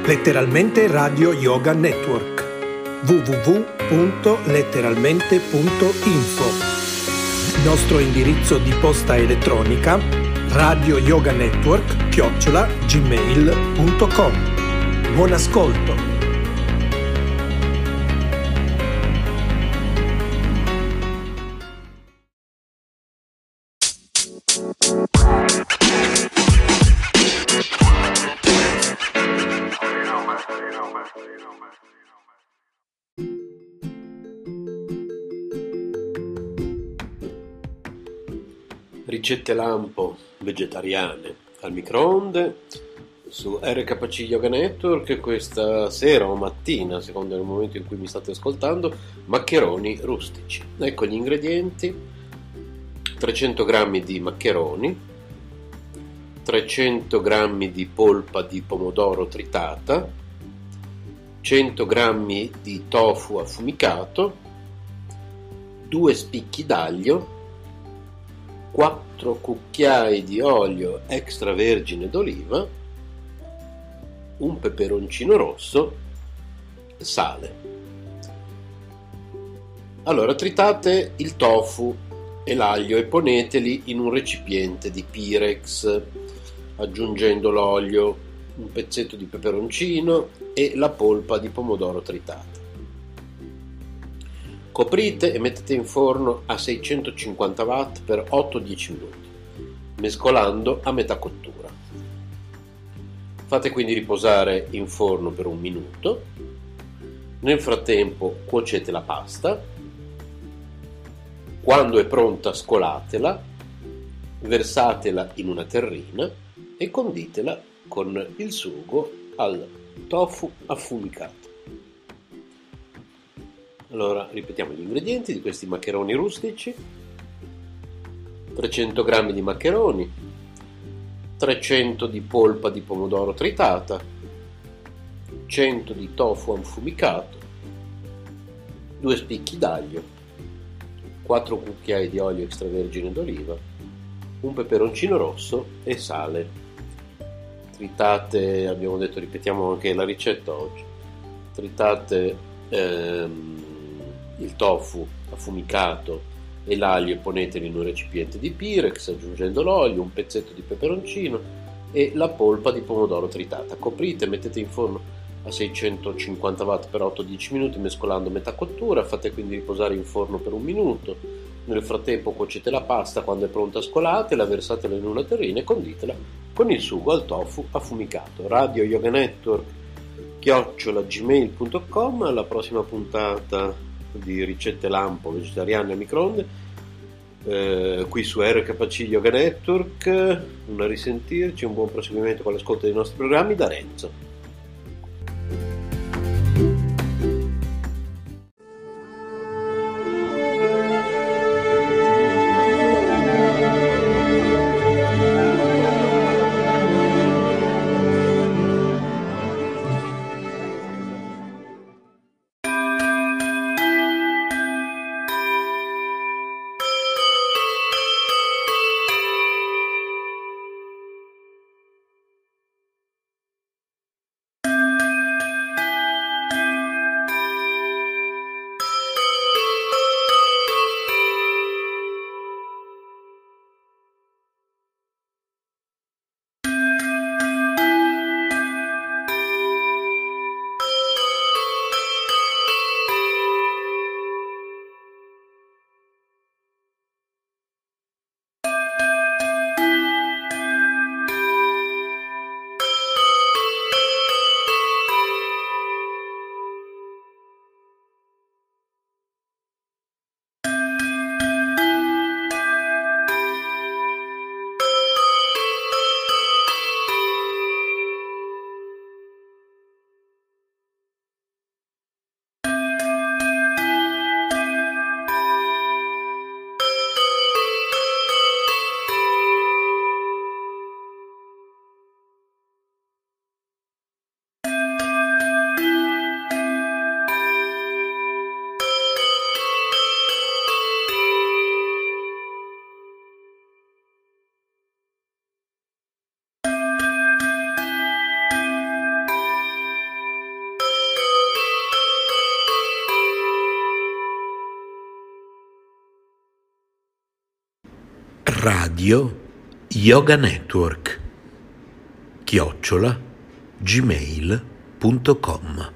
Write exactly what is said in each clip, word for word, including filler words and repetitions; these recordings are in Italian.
Letteralmente Radio Yoga Network. w w w punto letteralmente punto info. Nostro indirizzo di posta elettronica radio yoga network chiocciola gmail punto com. Buon ascolto. Ricette lampo vegetariane al microonde su R K C Yoga Network. Questa sera o mattina, secondo il momento in cui mi state ascoltando, maccheroni rustici. Ecco gli ingredienti: trecento grammi di maccheroni, trecento grammi di polpa di pomodoro tritata, cento grammi di tofu affumicato, due spicchi d'aglio, quattro cucchiai di olio extravergine d'oliva, un peperoncino rosso, sale. Allora, tritate il tofu e l'aglio e poneteli in un recipiente di Pyrex, aggiungendo l'olio, un pezzetto di peperoncino e la polpa di pomodoro tritata. Coprite e mettete in forno a seicentocinquanta watt per otto dieci minuti, mescolando a metà cottura. Fate quindi riposare in forno per un minuto. Nel frattempo cuocete la pasta. Quando è pronta scolatela, versatela in una terrina e conditela con il sugo al tofu affumicato. Allora, ripetiamo gli ingredienti di questi maccheroni rustici: trecento grammi di maccheroni, trecento di polpa di pomodoro tritata, cento di tofu affumicato, due spicchi d'aglio, quattro cucchiai di olio extravergine d'oliva, un peperoncino rosso e sale. Tritate, abbiamo detto, ripetiamo anche la ricetta oggi, tritate ehm, il tofu affumicato e l'aglio e poneteli in un recipiente di Pyrex, aggiungendo l'olio, un pezzetto di peperoncino e la polpa di pomodoro tritata. Coprite e mettete in forno a seicentocinquanta watt per otto dieci minuti, mescolando a metà cottura. Fate quindi riposare in forno per un minuto. Nel frattempo cuocete la pasta. Quando è pronta scolatela, versatela in una terrina e conditela con il sugo al tofu affumicato. Radio Yoga Network chiocciola gmail punto com. Alla prossima puntata di ricette lampo vegetariane a microonde, eh, qui su R K C Yoga Network. Un a risentirci, un buon proseguimento con l'ascolto dei nostri programmi da Renzo. Radio Yoga Network chiocciola gmail punto com.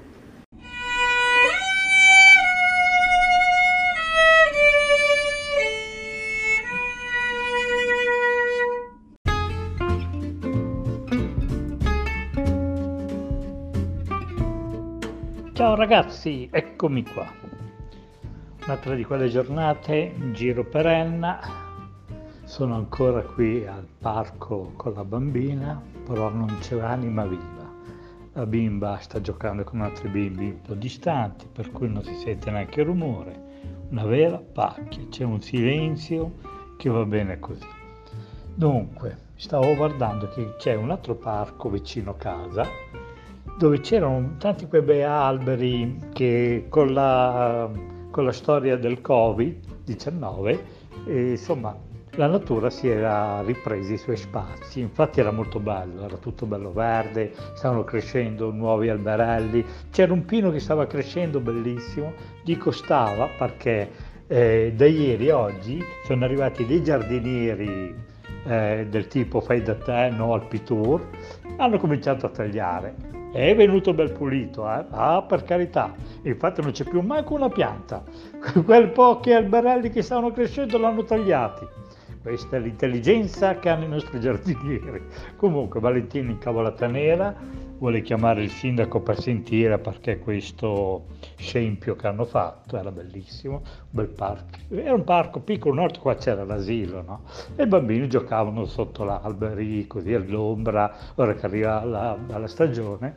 Ciao ragazzi, eccomi qua. Un'altra di quelle giornate in giro per Enna. Sono ancora qui al parco con la bambina, però non c'è anima viva. La bimba sta giocando con altri bimbi un po' distanti, per cui non si sente neanche rumore. Una vera pacchia, c'è un silenzio che va bene così. Dunque, stavo guardando che c'è un altro parco vicino casa, dove c'erano tanti quei bei alberi che con la, con la storia del covid diciannove, eh, insomma, la natura si era ripresa i suoi spazi. Infatti era molto bello, era tutto bello verde, stavano crescendo nuovi alberelli, c'era un pino che stava crescendo bellissimo, gli costava perché eh, da ieri a oggi sono arrivati dei giardinieri eh, del tipo fai da te, no al P-Tour, hanno cominciato a tagliare. È venuto bel pulito, eh? Ah, per carità, infatti non c'è più manco una pianta, quei pochi alberelli che stavano crescendo l'hanno tagliati. Questa è l'intelligenza che hanno i nostri giardinieri. Comunque Valentino incavolata nera, vuole chiamare il sindaco per sentire perché questo scempio che hanno fatto, era bellissimo, un bel parco, era un parco piccolo, un orto, qua c'era l'asilo, no? E i bambini giocavano sotto l'alberi, così all'ombra, ora che arriva la, la stagione.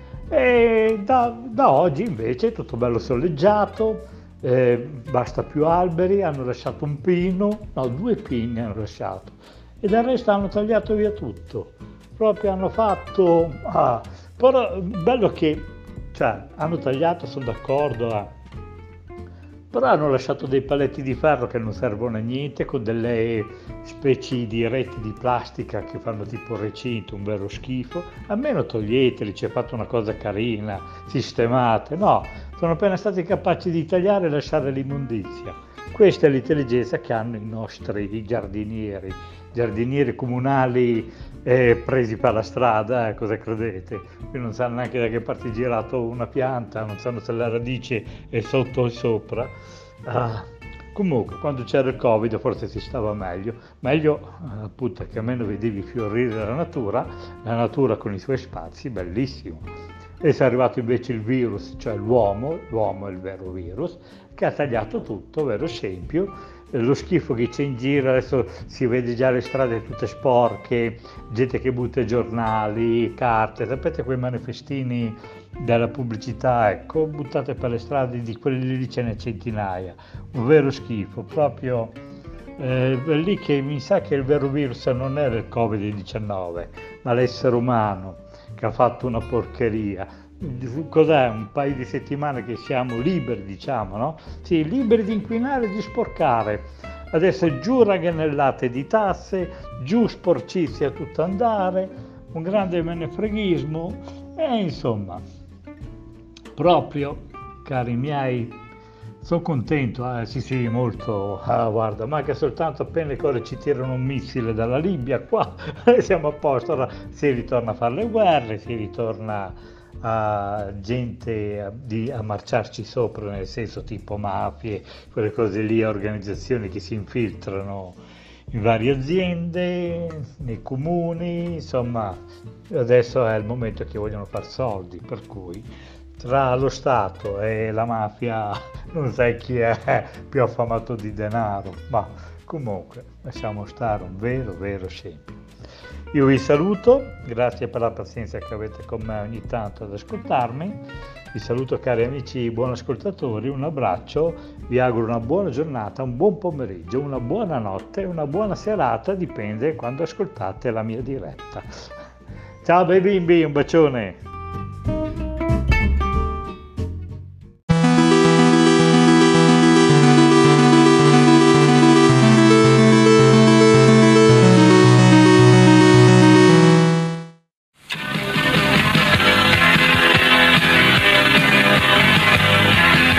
E da, da oggi invece è tutto bello soleggiato, eh, basta più alberi, hanno lasciato un pino, no, due pini hanno lasciato, e del resto hanno tagliato via tutto. Proprio hanno fatto, ah, però bello che, cioè, hanno tagliato, sono d'accordo, eh. Però hanno lasciato dei paletti di ferro che non servono a niente, con delle specie di reti di plastica che fanno tipo recinto, un vero schifo. Almeno toglieteli, ci è fatta una cosa carina, sistemate. No, sono appena stati capaci di tagliare e lasciare l'immondizia. Questa è l'intelligenza che hanno i nostri giardinieri, giardinieri comunali eh, presi per la strada, eh, cosa credete? Qui non sanno neanche da che parte è girato una pianta, non sanno se la radice è sotto o sopra. Ah, comunque, quando c'era il Covid forse si stava meglio, meglio eh, appunto che almeno vedevi fiorire la natura, la natura con i suoi spazi, bellissimo. E è arrivato invece il virus, cioè l'uomo, l'uomo è il vero virus, che ha tagliato tutto, vero scempio. Lo schifo che c'è in giro, adesso si vede già le strade tutte sporche, gente che butta i giornali, carte, sapete quei manifestini della pubblicità, ecco, buttate per le strade, di quelli lì ce n'è centinaia, un vero schifo, proprio eh, lì che mi sa che il vero virus non era il covid diciannove, ma l'essere umano che ha fatto una porcheria. Cos'è? Un paio di settimane che siamo liberi, diciamo, no? Sì, liberi di inquinare e di sporcare. Adesso giù raganellate di tasse, giù sporcizia a tutto andare, un grande menefreghismo e insomma, proprio, cari miei, sono contento, eh, sì sì, molto, ah, guarda, manca soltanto appena che ora ci tirano un missile dalla Libia, qua siamo a posto, ora si ritorna a fare le guerre, si ritorna a gente a, di, a marciarci sopra, nel senso tipo mafie, quelle cose lì, organizzazioni che si infiltrano in varie aziende, nei comuni, insomma adesso è il momento che vogliono far soldi, per cui tra lo Stato e la mafia non sai chi è più affamato di denaro, ma comunque lasciamo stare, un vero vero scempio. Io vi saluto, grazie per la pazienza che avete con me ogni tanto ad ascoltarmi, vi saluto cari amici, buoni ascoltatori, un abbraccio, vi auguro una buona giornata, un buon pomeriggio, una buona notte, una buona serata, dipende quando ascoltate la mia diretta. Ciao bei bimbi, un bacione!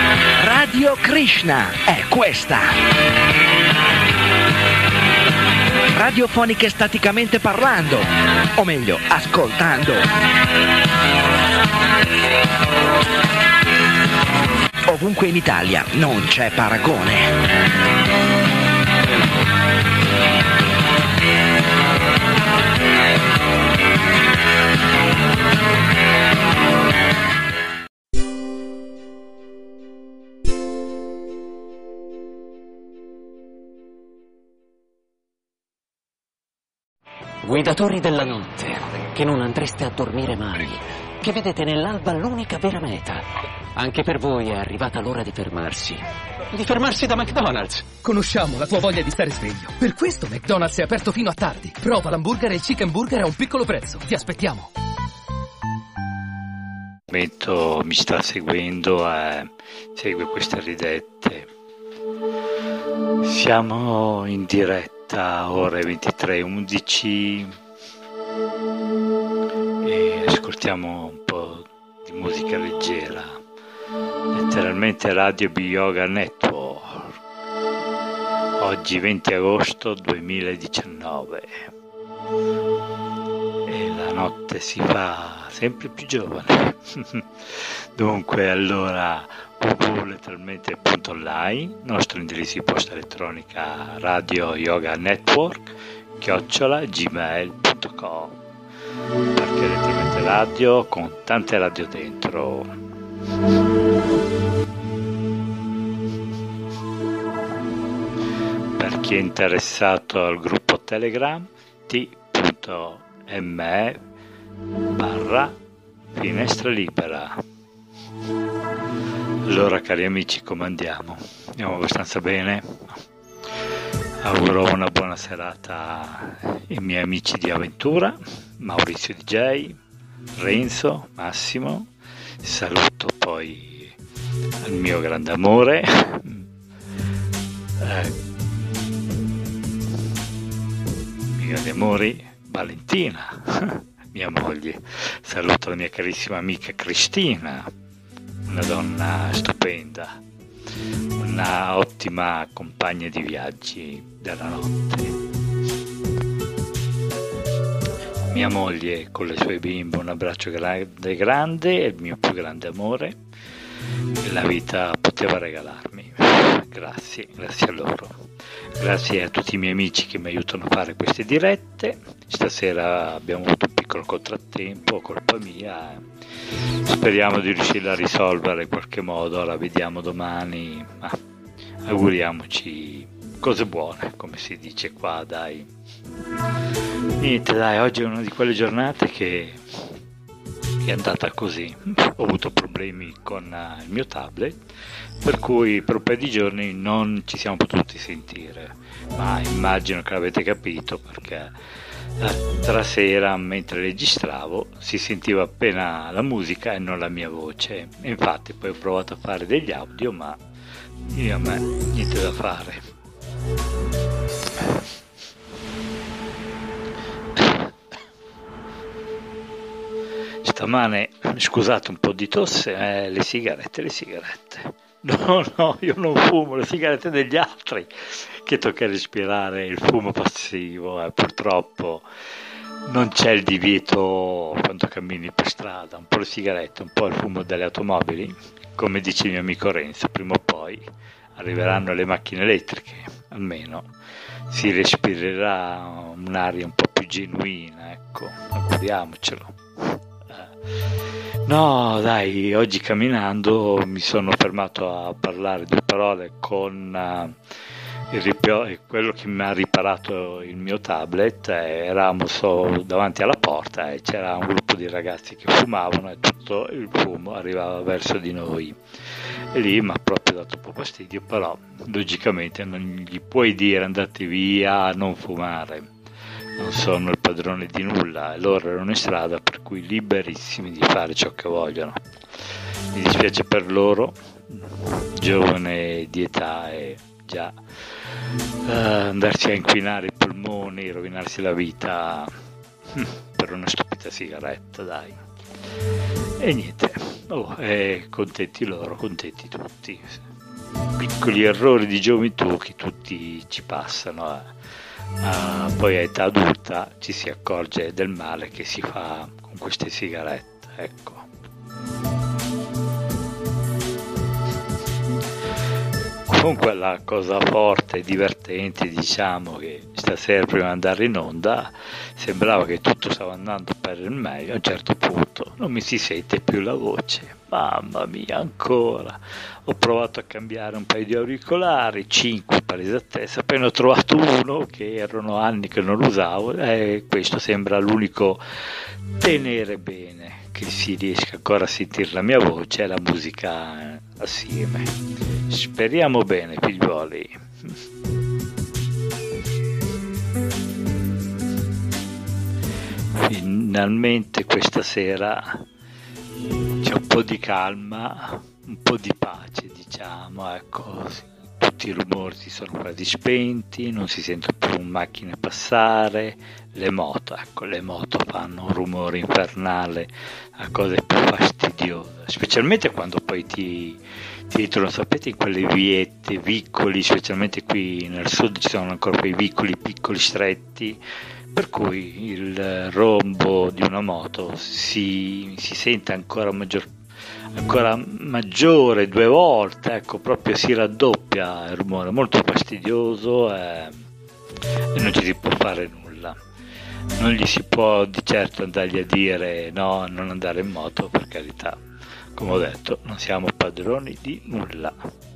Krishna è questa. radiofoniche staticamente parlando, o meglio, ascoltando. Ovunque in Italia non c'è paragone. Guidatori della notte, che non andreste a dormire mai, che vedete nell'alba l'unica vera meta. Anche per voi è arrivata l'ora di fermarsi. Di fermarsi da McDonald's. Conosciamo la tua voglia di stare sveglio. Per questo McDonald's è aperto fino a tardi. Prova l'hamburger e il chicken burger a un piccolo prezzo. Ti aspettiamo. Mentre mi sta seguendo e segue queste ridette. Siamo in diretta ore ventitré e undici e ascoltiamo un po' di musica leggera, letteralmente Radio Yoga Network. Oggi venti agosto duemiladiciannove e la notte si fa sempre più giovane. Dunque, allora w w w punto letteralmente punto online, nostro indirizzo di posta elettronica Radio Yoga Network chiocciola gmail punto com, perché letteralmente radio con tante radio dentro. Per chi è interessato al gruppo Telegram, t.me barra finestra libera. Allora, cari amici, come andiamo? Andiamo abbastanza bene? Auguro una buona serata ai miei amici di avventura, Maurizio D J, Renzo, Massimo. Saluto poi al mio grande amore, eh, mio di amori, Valentina, mia moglie. Saluto la mia carissima amica Cristina, una donna stupenda, una ottima compagna di viaggi della notte. Mia moglie con le sue bimbe, un abbraccio grande grande, è il mio più grande amore che la vita poteva regalarmi. Grazie, grazie a loro. Grazie a tutti i miei amici che mi aiutano a fare queste dirette. Stasera abbiamo avuto un piccolo contrattempo, colpa mia. Speriamo di riuscire a risolvere in qualche modo, la vediamo domani. Ma auguriamoci cose buone, come si dice qua, dai. Niente, dai, oggi è una di quelle giornate che, che è andata così. Ho avuto problemi con uh, il mio tablet, per cui per un paio di giorni non ci siamo potuti sentire, ma immagino che l'avete capito, perché l'altra sera mentre registravo si sentiva appena la musica e non la mia voce, e infatti poi ho provato a fare degli audio, ma io a me niente da fare. Stamane, scusate un po' di tosse, eh, le sigarette, le sigarette. No, no, io non fumo, le sigarette degli altri, che tocca respirare il fumo passivo, eh, purtroppo non c'è il divieto quando cammini per strada, un po' le sigarette, un po' il fumo delle automobili, come dice il mio amico Renzo, prima o poi arriveranno le macchine elettriche, almeno si respirerà un'aria un po' più genuina, ecco, auguriamocelo. No, dai, oggi camminando mi sono fermato a parlare due parole con uh, il ripio- quello che mi ha riparato il mio tablet. Eh, eravamo so, davanti alla porta e c'era un gruppo di ragazzi che fumavano e tutto il fumo arrivava verso di noi. E lì mi ha proprio dato un po' fastidio, però logicamente non gli puoi dire andate via, non fumare. Non sono il padrone di nulla e loro erano in strada, per cui liberissimi di fare ciò che vogliono. Mi dispiace per loro, giovane di età e già uh, andarsi a inquinare i polmoni, rovinarsi la vita per una stupida sigaretta, dai. E niente, oh, e contenti loro, contenti tutti. piccoli errori di gioventù che tutti ci passano, eh. Uh, poi a età adulta ci si accorge del male che si fa con queste sigarette, ecco. Comunque la cosa forte e divertente, diciamo, che stasera prima di andare in onda sembrava che tutto stava andando per il meglio. A un certo punto non mi si sente più la voce, mamma mia, ancora. Ho provato a cambiare un paio di auricolari, cinque per esattezza, appena ho trovato uno che erano anni che non lo usavo, e questo sembra l'unico tenere bene che si riesca ancora a sentire la mia voce e la musica assieme. Speriamo bene, figliuoli. Finalmente questa sera c'è un po' di calma, un po' di pace, diciamo, ecco. Tutti i rumori si sono quasi spenti, non si sentono più macchine passare, le moto, ecco, le moto fanno un rumore infernale, a cose più fastidiose, specialmente quando poi ti, ti ritrovano, sapete, in quelle viette, vicoli, specialmente qui nel sud ci sono ancora quei vicoli piccoli, stretti, per cui il rombo di una moto si, si sente ancora maggior, ancora maggiore, due volte, ecco, proprio si raddoppia il rumore, molto fastidioso, e, e non ci si può fare nulla. Non gli si può di certo andargli a dire no, non andare in moto, per carità, come ho detto, non siamo padroni di nulla.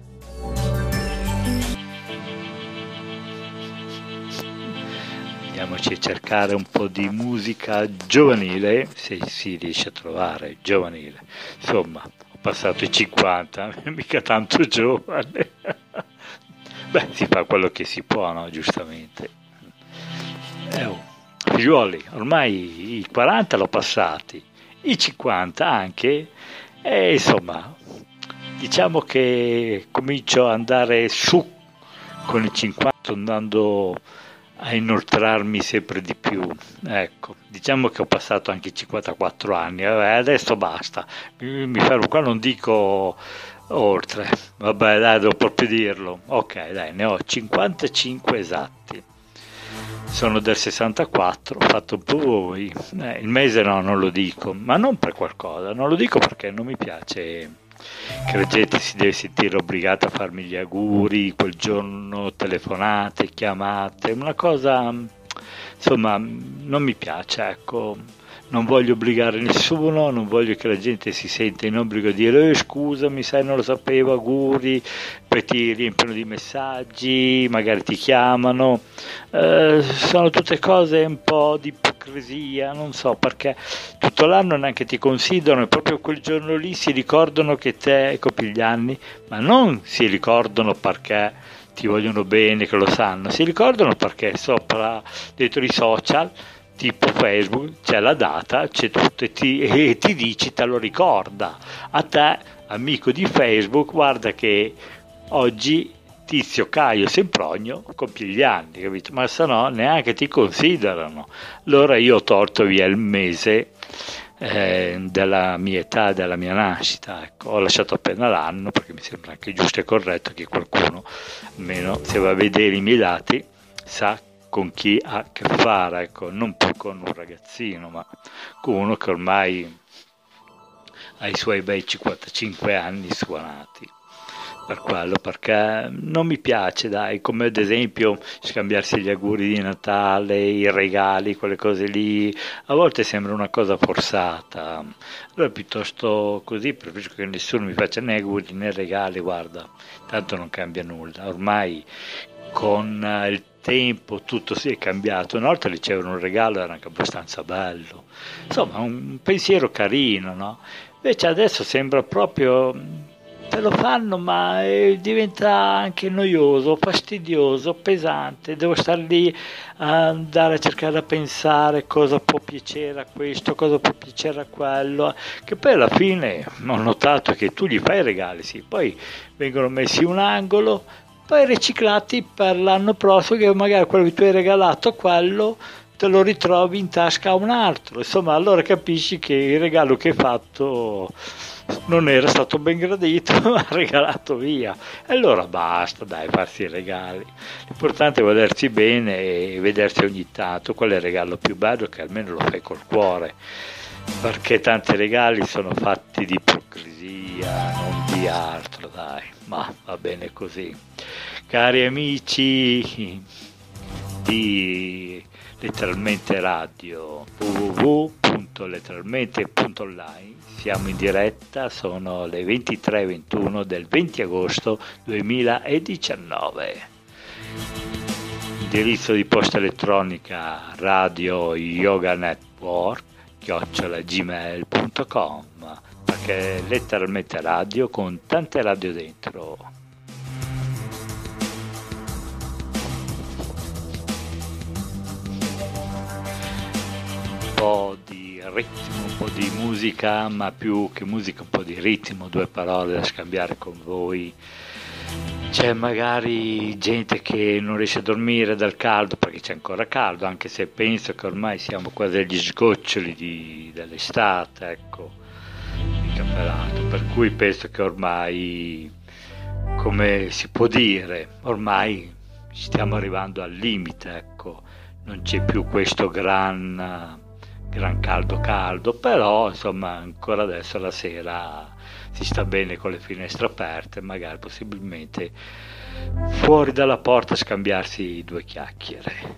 Andiamoci a cercare un po' di musica giovanile, se si riesce a trovare giovanile. Insomma, ho passato i cinquanta, mica tanto giovane. Beh, si fa quello che si può, no? Giustamente. Eh, oh. Figliuoli, ormai i quaranta l'ho passati, i cinquanta anche, e insomma, diciamo che comincio ad andare su con i cinquanta, andando a inoltrarmi sempre di più. Ecco, diciamo che ho passato anche i cinquantaquattro anni, vabbè, adesso basta, mi, mi fermo qua, non dico oltre, vabbè, dai, devo proprio dirlo. Ok, dai, ne ho cinquantacinque esatti. Sono del sessantaquattro, ho fatto un po' voi, eh, il mese no, non lo dico, ma non per qualcosa, non lo dico perché non mi piace che la gente si deve sentire obbligata a farmi gli auguri, quel giorno telefonate, chiamate, una cosa, insomma, non mi piace, ecco. Non voglio obbligare nessuno, non voglio che la gente si senta in obbligo di dire eh, scusami, sai, non lo sapevo, auguri, poi ti riempiono di messaggi, magari ti chiamano, eh, sono tutte cose un po' di ipocrisia, non so, perché tutto l'anno neanche ti considerano e proprio quel giorno lì si ricordano che te compi gli anni, ma non si ricordano perché ti vogliono bene, che lo sanno, si ricordano perché sopra, dentro i social, tipo Facebook, c'è la data, c'è tutto, e ti, e ti dici, te lo ricorda a te, amico di Facebook, guarda che oggi Tizio Caio Sempronio compie gli anni, capito? Ma se no neanche ti considerano. Allora io ho tolto via il mese eh, della mia età, della mia nascita, ecco. Ho lasciato appena l'anno perché mi sembra anche giusto e corretto che qualcuno, almeno se va a vedere i miei dati, sa con chi ha a che fare, ecco, non più con un ragazzino, ma con uno che ormai ha i suoi bei cinquantacinque anni suonati. Per quello, perché non mi piace, dai, come ad esempio scambiarsi gli auguri di Natale, i regali, quelle cose lì, a volte sembra una cosa forzata. Allora piuttosto così preferisco che nessuno mi faccia né auguri né regali, guarda, tanto non cambia nulla. Ormai con il tempo tutto si è cambiato, una volta ricevere un regalo era anche abbastanza bello, insomma un pensiero carino, no? Invece adesso sembra proprio, te lo fanno ma eh, diventa anche noioso, fastidioso, pesante, devo stare lì a andare a cercare a pensare cosa può piacere a questo, cosa può piacere a quello, che poi alla fine ho notato che tu gli fai i regali, sì, poi vengono messi in un angolo, poi riciclati per l'anno prossimo, che magari quello che tu hai regalato, quello te lo ritrovi in tasca a un altro, insomma allora capisci che il regalo che hai fatto non era stato ben gradito, ma ha regalato via. E allora basta, dai, farsi i regali. L'importante è volersi bene e vedersi ogni tanto. Qual è il regalo più bello? Che almeno lo fai col cuore, perché tanti regali sono fatti di ipocrisia, non di altro, dai, ma va bene così. Cari amici di Letteralmente Radio, w w w punto letteralmente punto online, siamo in diretta, sono le ventitré e ventuno del venti agosto duemiladiciannove. Indirizzo di posta elettronica Radio Yoga Network chiocciola gmail punto com, perché letteralmente radio con tante radio dentro. Un po' di ritmo, un po' di musica, ma più che musica un po' di ritmo, due parole da scambiare con voi. C'è magari gente che non riesce a dormire dal caldo perché c'è ancora caldo, anche se penso che ormai siamo quasi agli sgoccioli di, dell'estate, ecco, di campionato, per cui penso che ormai, come si può dire, ormai stiamo arrivando al limite, ecco, non c'è più questo gran, gran caldo caldo, però insomma ancora adesso la sera si sta bene con le finestre aperte, magari possibilmente fuori dalla porta scambiarsi due chiacchiere.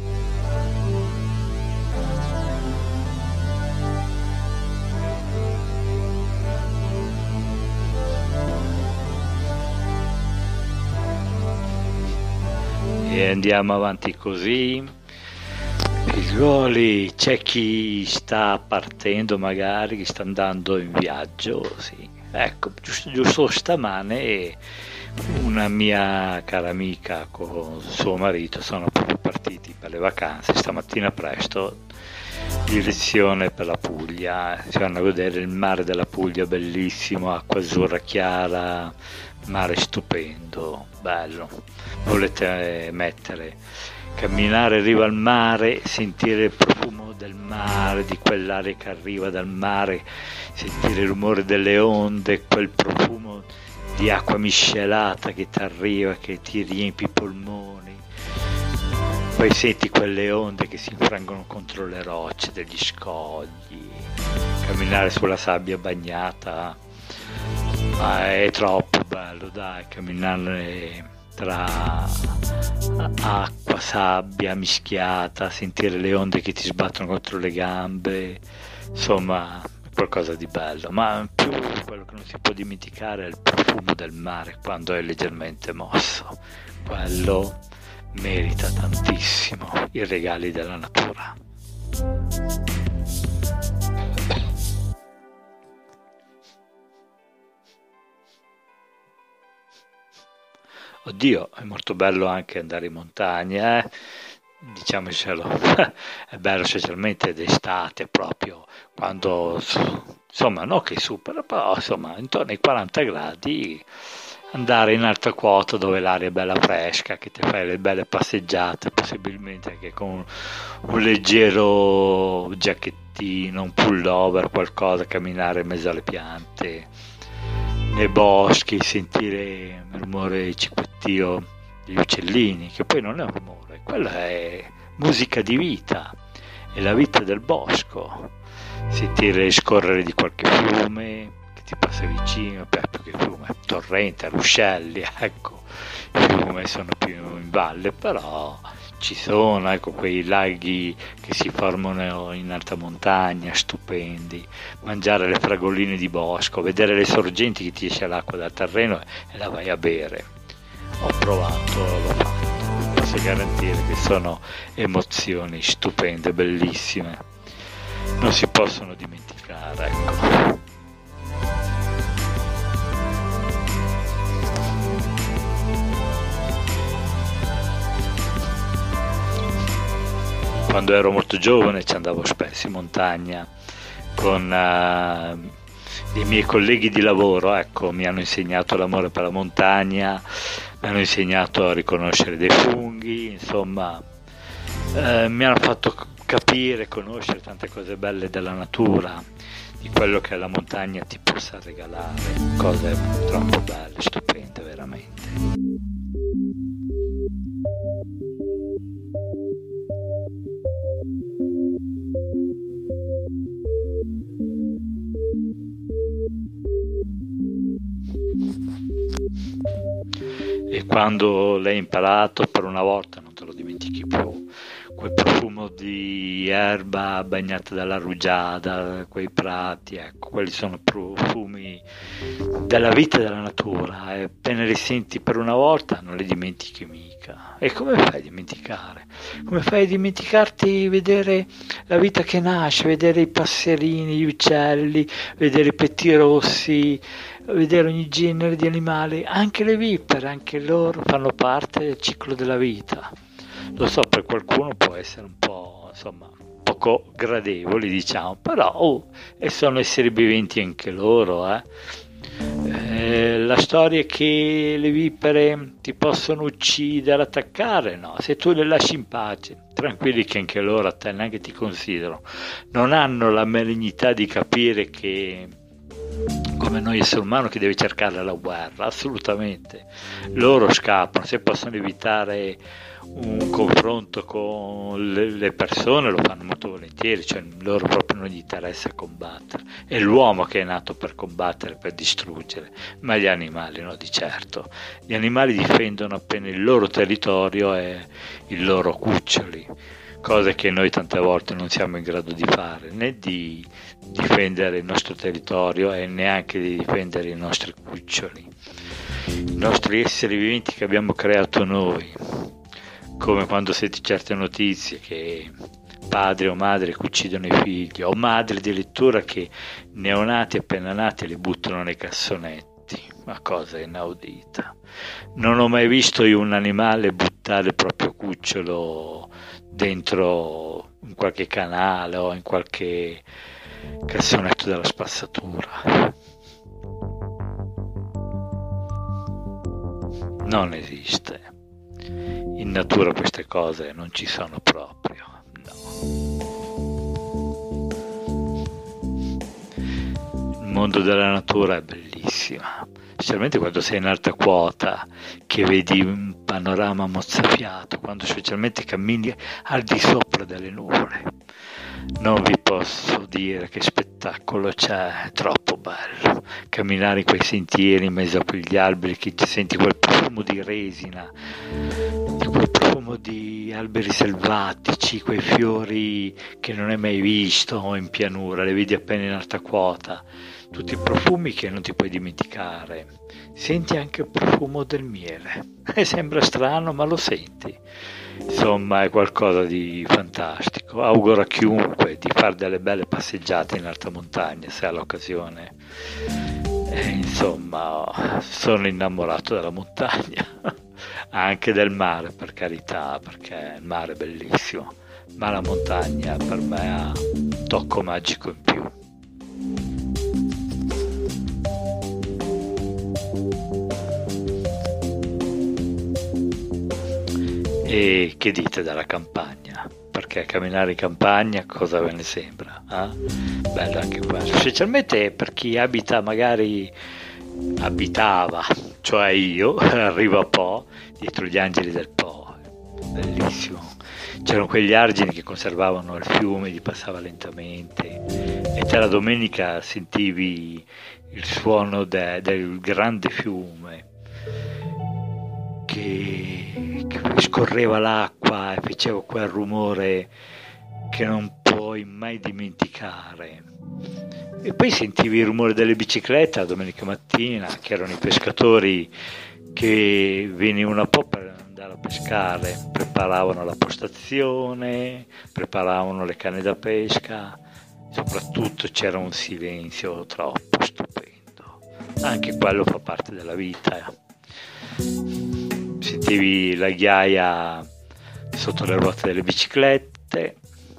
E andiamo avanti così. Figliuoli, c'è chi sta partendo magari, chi sta andando in viaggio, sì. Ecco, giusto, giusto stamane una mia cara amica con suo marito sono proprio partiti per le vacanze, stamattina presto, direzione per la Puglia, si vanno a vedere il mare della Puglia, bellissimo, acqua azzurra chiara, mare stupendo, bello, volete mettere, camminare in riva al mare, sentire il profumo del mare, di quell'aria che arriva dal mare, sentire il rumore delle onde, quel profumo di acqua miscelata che ti arriva, che ti riempie i polmoni, poi senti quelle onde che si infrangono contro le rocce degli scogli, camminare sulla sabbia bagnata, ah, è troppo bello, dai, camminare tra acqua, sabbia mischiata, sentire le onde che ti sbattono contro le gambe, insomma qualcosa di bello, ma più quello che non si può dimenticare è il profumo del mare quando è leggermente mosso, quello merita tantissimo i regali della natura. Oddio, è molto bello anche andare in montagna, eh? Diciamocelo, è bello specialmente d'estate proprio, quando, insomma, non che supera, però insomma, intorno ai quaranta gradi, andare in alta quota dove l'aria è bella fresca, che ti fai le belle passeggiate, possibilmente anche con un leggero giacchettino, un pullover, qualcosa, camminare in mezzo alle piante, nei boschi, sentire il rumore il ciquettio degli uccellini, che poi non è un rumore, quella è musica di vita, è la vita del bosco, sentire il scorrere di qualche fiume che ti passa vicino, più che fiume, torrente, ruscelli, ecco, i fiumi sono più in valle, però ci sono, ecco, quei laghi che si formano in alta montagna, stupendi, mangiare le fragoline di bosco, vedere le sorgenti che ti esce l'acqua dal terreno e la vai a bere. Ho provato, l'ho fatto, posso garantire che sono emozioni stupende, bellissime, non si possono dimenticare, ecco. Quando ero molto giovane ci andavo spesso in montagna con uh, i miei colleghi di lavoro, ecco, mi hanno insegnato l'amore per la montagna, mi hanno insegnato a riconoscere dei funghi, insomma, eh, mi hanno fatto capire, conoscere tante cose belle della natura, di quello che la montagna ti possa regalare, cose troppo belle, stupende veramente. E quando l'hai imparato per una volta non te lo dimentichi più, quel profumo di erba bagnata dalla rugiada, quei prati, ecco, quelli sono profumi della vita e della natura, e appena li senti per una volta non li dimentichi mica. E come fai a dimenticare? Come fai a dimenticarti vedere la vita che nasce, vedere i passerini, gli uccelli, vedere i pettirossi, vedere ogni genere di animali, anche le vipere, anche loro fanno parte del ciclo della vita. Lo so, per qualcuno può essere un po', insomma, poco gradevoli, diciamo, però oh, e sono esseri viventi anche loro, eh. Eh, la storia è che le vipere ti possono uccidere, attaccare, no, se tu le lasci in pace, tranquilli che anche loro a te neanche ti considerano, non hanno la malignità di capire che come noi esseri umani che deve cercare la guerra, assolutamente. Loro scappano, se possono evitare un confronto con le, le persone lo fanno molto volentieri, cioè loro proprio non gli interessa combattere, è l'uomo che è nato per combattere, per distruggere, ma gli animali no, di certo. Gli animali difendono appena il loro territorio e i loro cuccioli, cose che noi tante volte non siamo in grado di fare, né di difendere il nostro territorio e neanche di difendere i nostri cuccioli, i nostri esseri viventi che abbiamo creato noi, come quando senti certe notizie che padri o madri che uccidono i figli, o madri addirittura che neonati appena nati li buttano nei cassonetti, una cosa inaudita. Non ho mai visto io un animale buttare il proprio cucciolo dentro in qualche canale o in qualche cassonetto della spazzatura. Non esiste. In natura queste cose non ci sono proprio, no. Il mondo della natura è bellissimo, specialmente quando sei in alta quota, che vedi un panorama mozzafiato, quando specialmente cammini al di sopra delle nuvole. Non vi posso dire che spettacolo c'è, è troppo bello. Camminare in quei sentieri in mezzo a quegli alberi, che ti senti quel profumo di resina, di quel profumo di alberi selvatici, quei fiori che non hai mai visto in pianura, le vedi appena in alta quota, tutti i profumi che non ti puoi dimenticare. Senti anche il profumo del miele, e sembra strano ma lo senti. Insomma è qualcosa di fantastico. Auguro a chiunque di fare delle belle passeggiate in alta montagna se ha l'occasione. E, insomma, sono innamorato della montagna, anche del mare per carità, perché il mare è bellissimo, ma la montagna per me ha un tocco magico in più. E che dite della campagna? Perché camminare in campagna cosa ve ne sembra? Eh? Bello anche questo, specialmente per chi abita, magari abitava, cioè io, arrivo a Po, dietro gli angeli del Po, bellissimo. C'erano quegli argini che conservavano il fiume, gli passava lentamente, e te la domenica sentivi il suono de, del grande fiume che, che scorreva l'acqua e faceva quel rumore che non puoi mai dimenticare. E poi sentivi il rumore delle biciclette la domenica mattina, che erano i pescatori che venivano a Po per andare a pescare, preparavano la postazione, preparavano le canne da pesca, soprattutto c'era un silenzio troppo stupendo. Anche quello fa parte della vita. Sentivi la ghiaia sotto le ruote delle biciclette,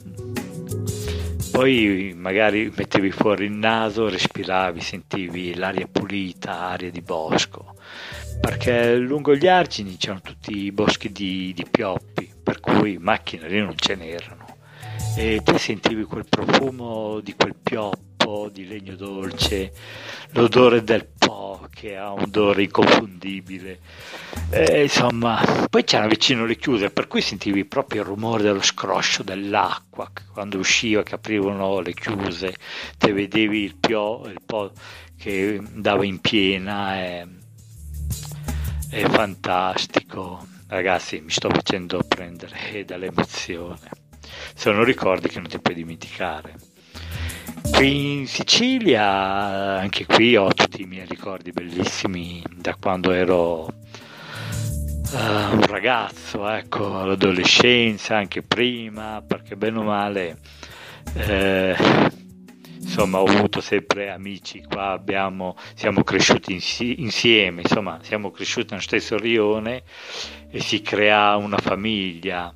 poi magari mettevi fuori il naso, respiravi, sentivi l'aria pulita, aria di bosco, perché lungo gli argini c'erano tutti i boschi di, di pioppi, per cui macchine lì non ce n'erano, e te sentivi quel profumo di quel pioppo di legno dolce, l'odore del po che ha un odore inconfondibile, e, insomma, poi c'erano vicino le chiuse, per cui sentivi proprio il rumore dello scroscio dell'acqua quando usciva, che aprivano le chiuse, te vedevi il pio, il po che andava in piena. È, è fantastico, ragazzi, mi sto facendo prendere dall'emozione, sono ricordi che non ti puoi dimenticare. Qui in Sicilia, anche qui ho tutti i miei ricordi bellissimi da quando ero uh, un ragazzo, ecco, all'adolescenza, anche prima, perché bene o male eh, insomma ho avuto sempre amici qua, abbiamo, siamo cresciuti insi- insieme, insomma siamo cresciuti nello stesso rione e si crea una famiglia.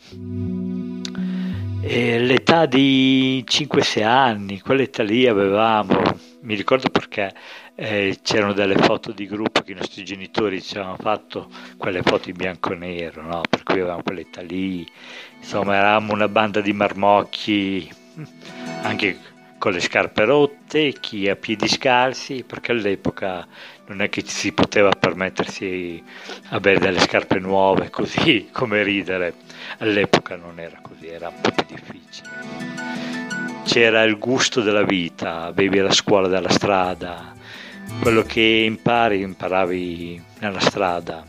E l'età di cinque sei anni, quell'età lì avevamo, mi ricordo perché eh, c'erano delle foto di gruppo che i nostri genitori ci avevano fatto, quelle foto in bianco e nero, no? Per cui avevamo quell'età lì, insomma eravamo una banda di marmocchi, anche con le scarpe rotte, chi a piedi scalzi, perché all'epoca non è che ci si poteva permettersi avere delle scarpe nuove così come ridere, all'epoca non era così, era un po' più difficile. C'era il gusto della vita, avevi la scuola della strada, quello che impari imparavi nella strada.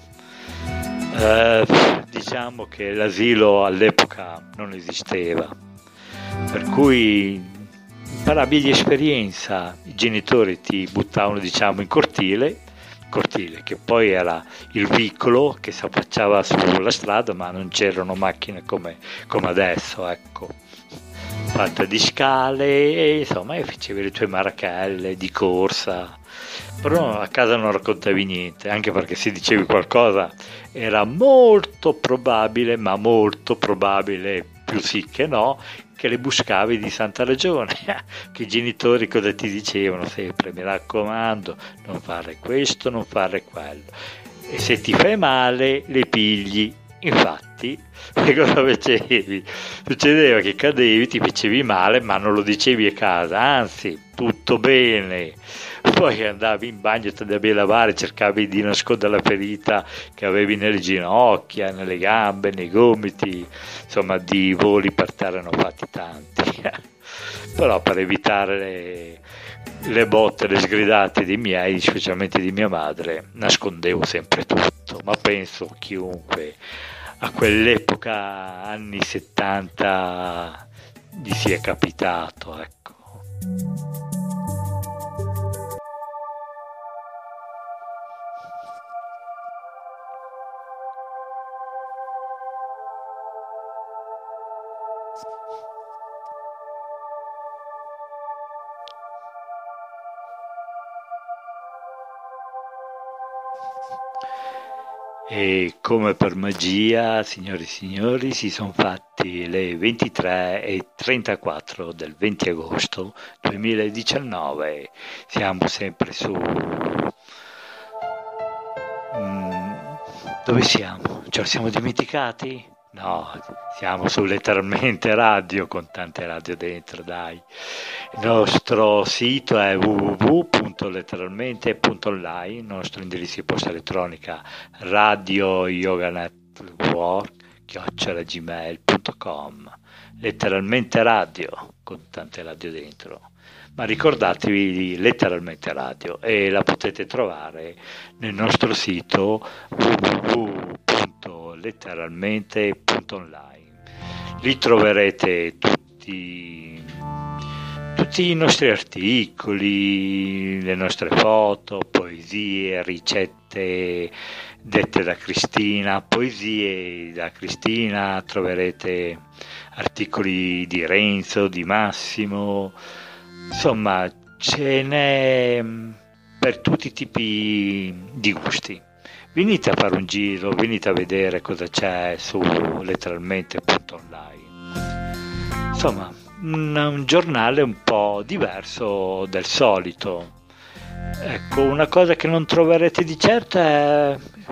Eh, diciamo che l'asilo all'epoca non esisteva, per cui imparavi di esperienza, i genitori ti buttavano, diciamo, in cortile, cortile che poi era il vicolo che si affacciava sulla strada, ma non c'erano macchine come, come adesso, ecco, fatta di scale, e insomma facevi le tue marachelle di corsa, però a casa non raccontavi niente, anche perché se dicevi qualcosa era molto probabile, ma molto probabile, più sì che no, che le buscavi di santa ragione, che i genitori cosa ti dicevano sempre: mi raccomando, non fare questo, non fare quello, e se ti fai male le pigli. Infatti, che cosa facevi? Succedeva che cadevi, ti facevi male, ma non lo dicevi a casa, anzi, tutto bene. Poi andavi in bagno, ti andavi a lavare, cercavi di nascondere la ferita che avevi nelle ginocchia, nelle gambe, nei gomiti, insomma di voli per terra ne ho fatti tanti. Però per evitare le, le botte, le sgridate dei miei, specialmente di mia madre, nascondevo sempre tutto, ma penso chiunque a quell'epoca, anni settanta, gli sia capitato, ecco. E come per magia, signori e signori, si sono fatti le ventitré e trentaquattro del venti agosto duemiladiciannove. Siamo sempre su... Mm, dove siamo? Ce lo siamo dimenticati? No, siamo su Letteralmente Radio, con tante radio dentro, dai. Il nostro sito è w w w punto letteralmente punto online, il nostro indirizzo di posta elettronica radio yoga network chiocciola gmail punto com. Letteralmente Radio, con tante radio dentro. Ma ricordatevi di Letteralmente Radio, e la potete trovare nel nostro sito w w w punto letteralmente punto online. Lì troverete tutti, tutti i nostri articoli, le nostre foto, poesie, ricette dette da Cristina, poesie da Cristina, troverete articoli di Renzo, di Massimo, insomma ce n'è per tutti i tipi di gusti. Venite a fare un giro, venite a vedere cosa c'è su letteralmente punto online. Insomma, un, un giornale un po' diverso del solito. Ecco, una cosa che non troverete di certo è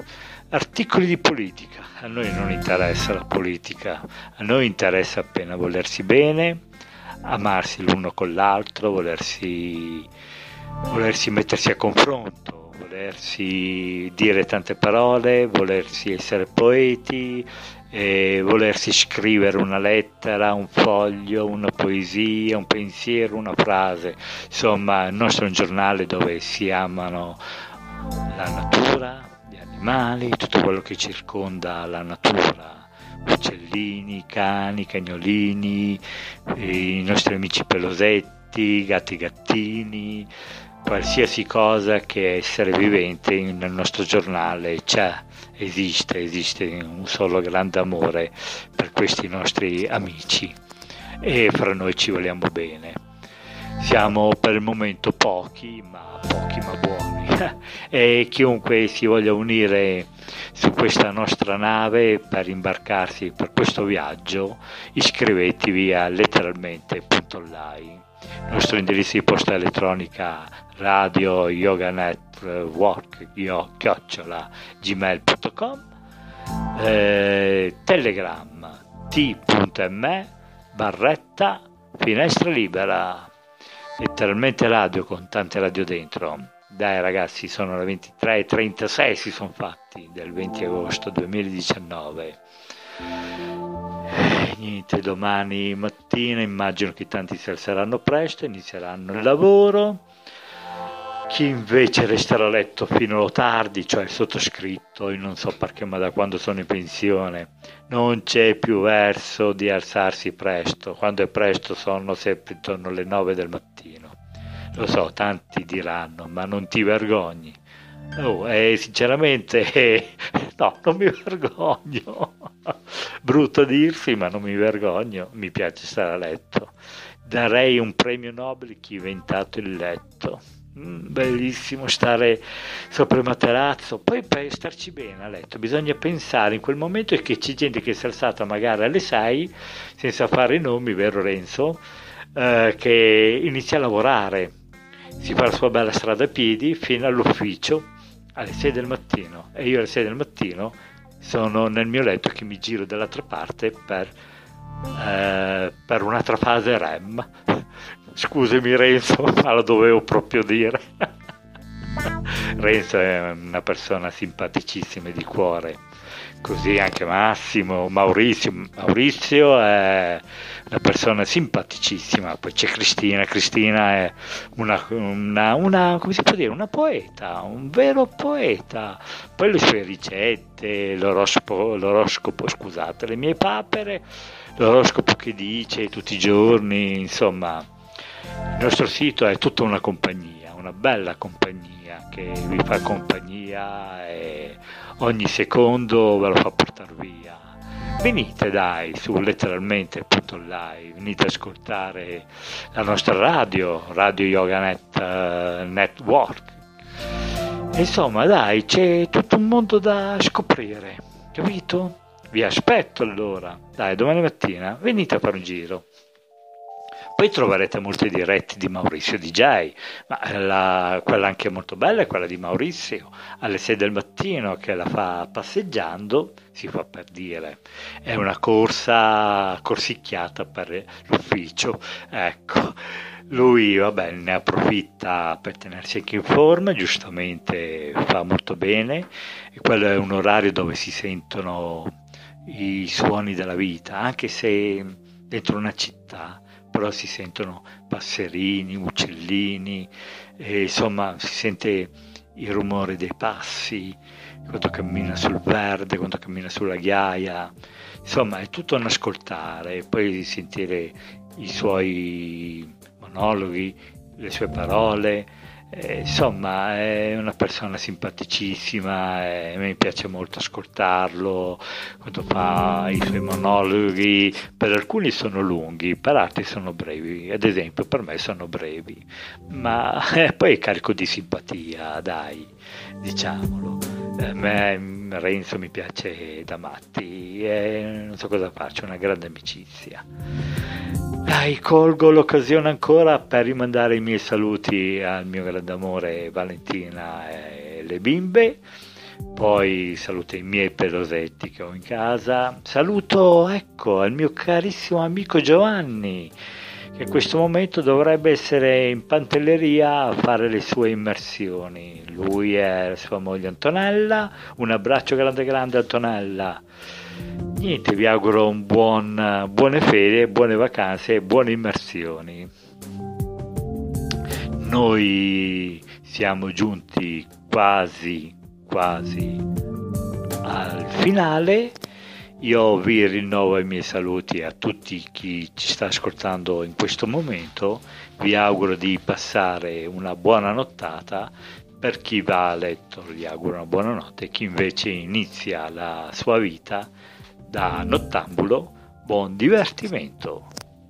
articoli di politica. A noi non interessa la politica, a noi interessa appena volersi bene, amarsi l'uno con l'altro, volersi, volersi mettersi a confronto, volersi dire tante parole, volersi essere poeti, e volersi scrivere una lettera, un foglio, una poesia, un pensiero, una frase. Insomma, il nostro è un giornale dove si amano la natura, gli animali, tutto quello che circonda la natura, uccellini, cani, cagnolini, i nostri amici pelosetti, gatti gattini, qualsiasi cosa che essere vivente nel nostro giornale c'è, esiste, esiste un solo grande amore per questi nostri amici e fra noi ci vogliamo bene. Siamo per il momento pochi, ma pochi ma buoni e chiunque si voglia unire su questa nostra nave per imbarcarsi per questo viaggio, iscrivetevi a letteralmente punto online. Il nostro indirizzo di posta elettronica radio yoga network chiocciola gmail punto com, eh, telegram t.me barretta finestra libera, letteralmente radio con tante radio dentro. Dai ragazzi, sono le ventitré e trentasei, si sono fatti del venti agosto duemiladiciannove. Niente, domani mattina immagino che tanti si alzeranno presto, inizieranno il lavoro. Chi invece resterà a letto fino a tardi, cioè il sottoscritto, io non so perché, ma da quando sono in pensione non c'è più verso di alzarsi presto. Quando è presto sono sempre intorno alle nove del mattino. Lo so, tanti diranno, ma non ti vergogni? Oh, eh, sinceramente eh, no, non mi vergogno. Brutto dirsi, ma non mi vergogno, mi piace stare a letto. Darei un premio Nobel a chi ha inventato il letto. Mm, bellissimo stare sopra il materasso. Poi per starci bene a letto bisogna pensare in quel momento che c'è gente che si è alzata magari alle sei senza fare i nomi, vero Renzo, eh, che inizia a lavorare, si fa la sua bella strada a piedi fino all'ufficio alle sei del mattino, e io alle sei del mattino sono nel mio letto che mi giro dall'altra parte per, eh, per un'altra fase R E M. Scusami Renzo, ma lo dovevo proprio dire. Renzo è una persona simpaticissima e di cuore, così anche Massimo, Maurizio. Maurizio è una persona simpaticissima, poi c'è Cristina. Cristina è una, una, una come si può dire, una poeta, un vero poeta. Poi le sue ricette, l'oroscopo, l'oroscopo scusate, le mie papere, l'oroscopo che dice tutti i giorni, insomma. Il nostro sito è tutta una compagnia, una bella compagnia che vi fa compagnia e ogni secondo ve lo fa portare via. Venite dai su letteralmente punto online, venite ad ascoltare la nostra radio, Radio Yoga Net, uh, Network. Insomma dai, c'è tutto un mondo da scoprire, capito? Vi aspetto allora, dai, domani mattina venite a fare un giro. Poi troverete molte dirette di Maurizio D J, ma la, quella anche molto bella è quella di Maurizio alle sei del mattino, che la fa passeggiando, si fa per dire, è una corsa corsicchiata per l'ufficio, ecco. Lui vabbè ne approfitta per tenersi anche in forma, giustamente fa molto bene, e quello è un orario dove si sentono i suoni della vita, anche se dentro una città, però si sentono passerini, uccellini, e insomma si sente il rumore dei passi quando cammina sul verde, quando cammina sulla ghiaia, insomma è tutto un ascoltare, poi sentire i suoi monologhi, le sue parole. Eh, insomma è una persona simpaticissima e a me piace molto ascoltarlo quando fa i suoi monologhi. Per alcuni sono lunghi, per altri sono brevi, ad esempio per me sono brevi, ma eh, poi è carico di simpatia, dai, diciamolo. A me Renzo mi piace da matti e non so cosa faccio, una grande amicizia. Dai, colgo l'occasione ancora per rimandare i miei saluti al mio grande amore Valentina e le bimbe. Poi saluto i miei pelosetti che ho in casa. Saluto, ecco, il mio carissimo amico Giovanni, che in questo momento dovrebbe essere in Pantelleria a fare le sue immersioni. Lui e la sua moglie Antonella. Un abbraccio grande grande Antonella. Niente, vi auguro un buon, buone ferie, buone vacanze e buone immersioni. Noi siamo giunti quasi quasi al finale. Io vi rinnovo i miei saluti a tutti chi ci sta ascoltando in questo momento. Vi auguro di passare una buona nottata. Per chi va a letto gli auguro una buona notte. Chi invece inizia la sua vita da nottambulo, buon divertimento.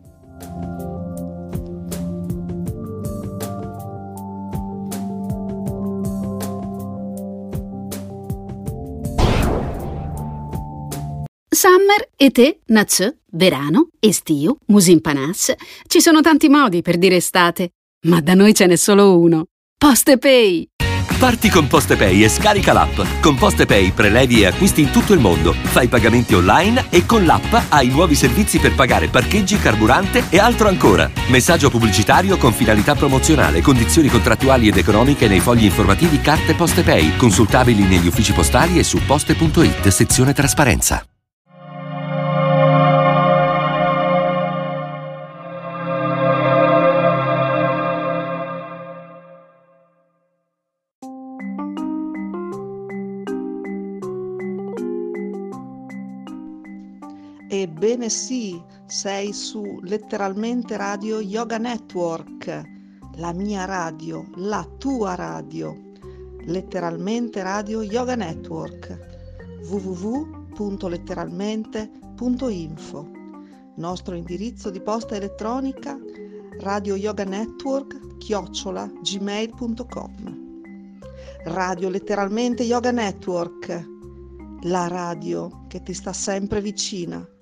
Summer, etè, nazè, verano, estio, musimpanàs. Ci sono tanti modi per dire estate, ma da noi ce n'è solo uno. PostePay. Parti con PostePay e scarica l'app. Con PostePay prelevi e acquisti in tutto il mondo. Fai pagamenti online e con l'app hai nuovi servizi per pagare parcheggi, carburante e altro ancora. Messaggio pubblicitario con finalità promozionale. Condizioni contrattuali ed economiche nei fogli informativi Carte PostePay. Consultabili negli uffici postali e su poste punto it, sezione trasparenza. Ebbene sì, sei su Letteralmente Radio Yoga Network, la mia radio, la tua radio. Letteralmente Radio Yoga Network, w w w punto letteralmente punto info. Nostro indirizzo di posta elettronica radio yoga network chiocciola gmail punto com. Radio Letteralmente Yoga Network, la radio che ti sta sempre vicina.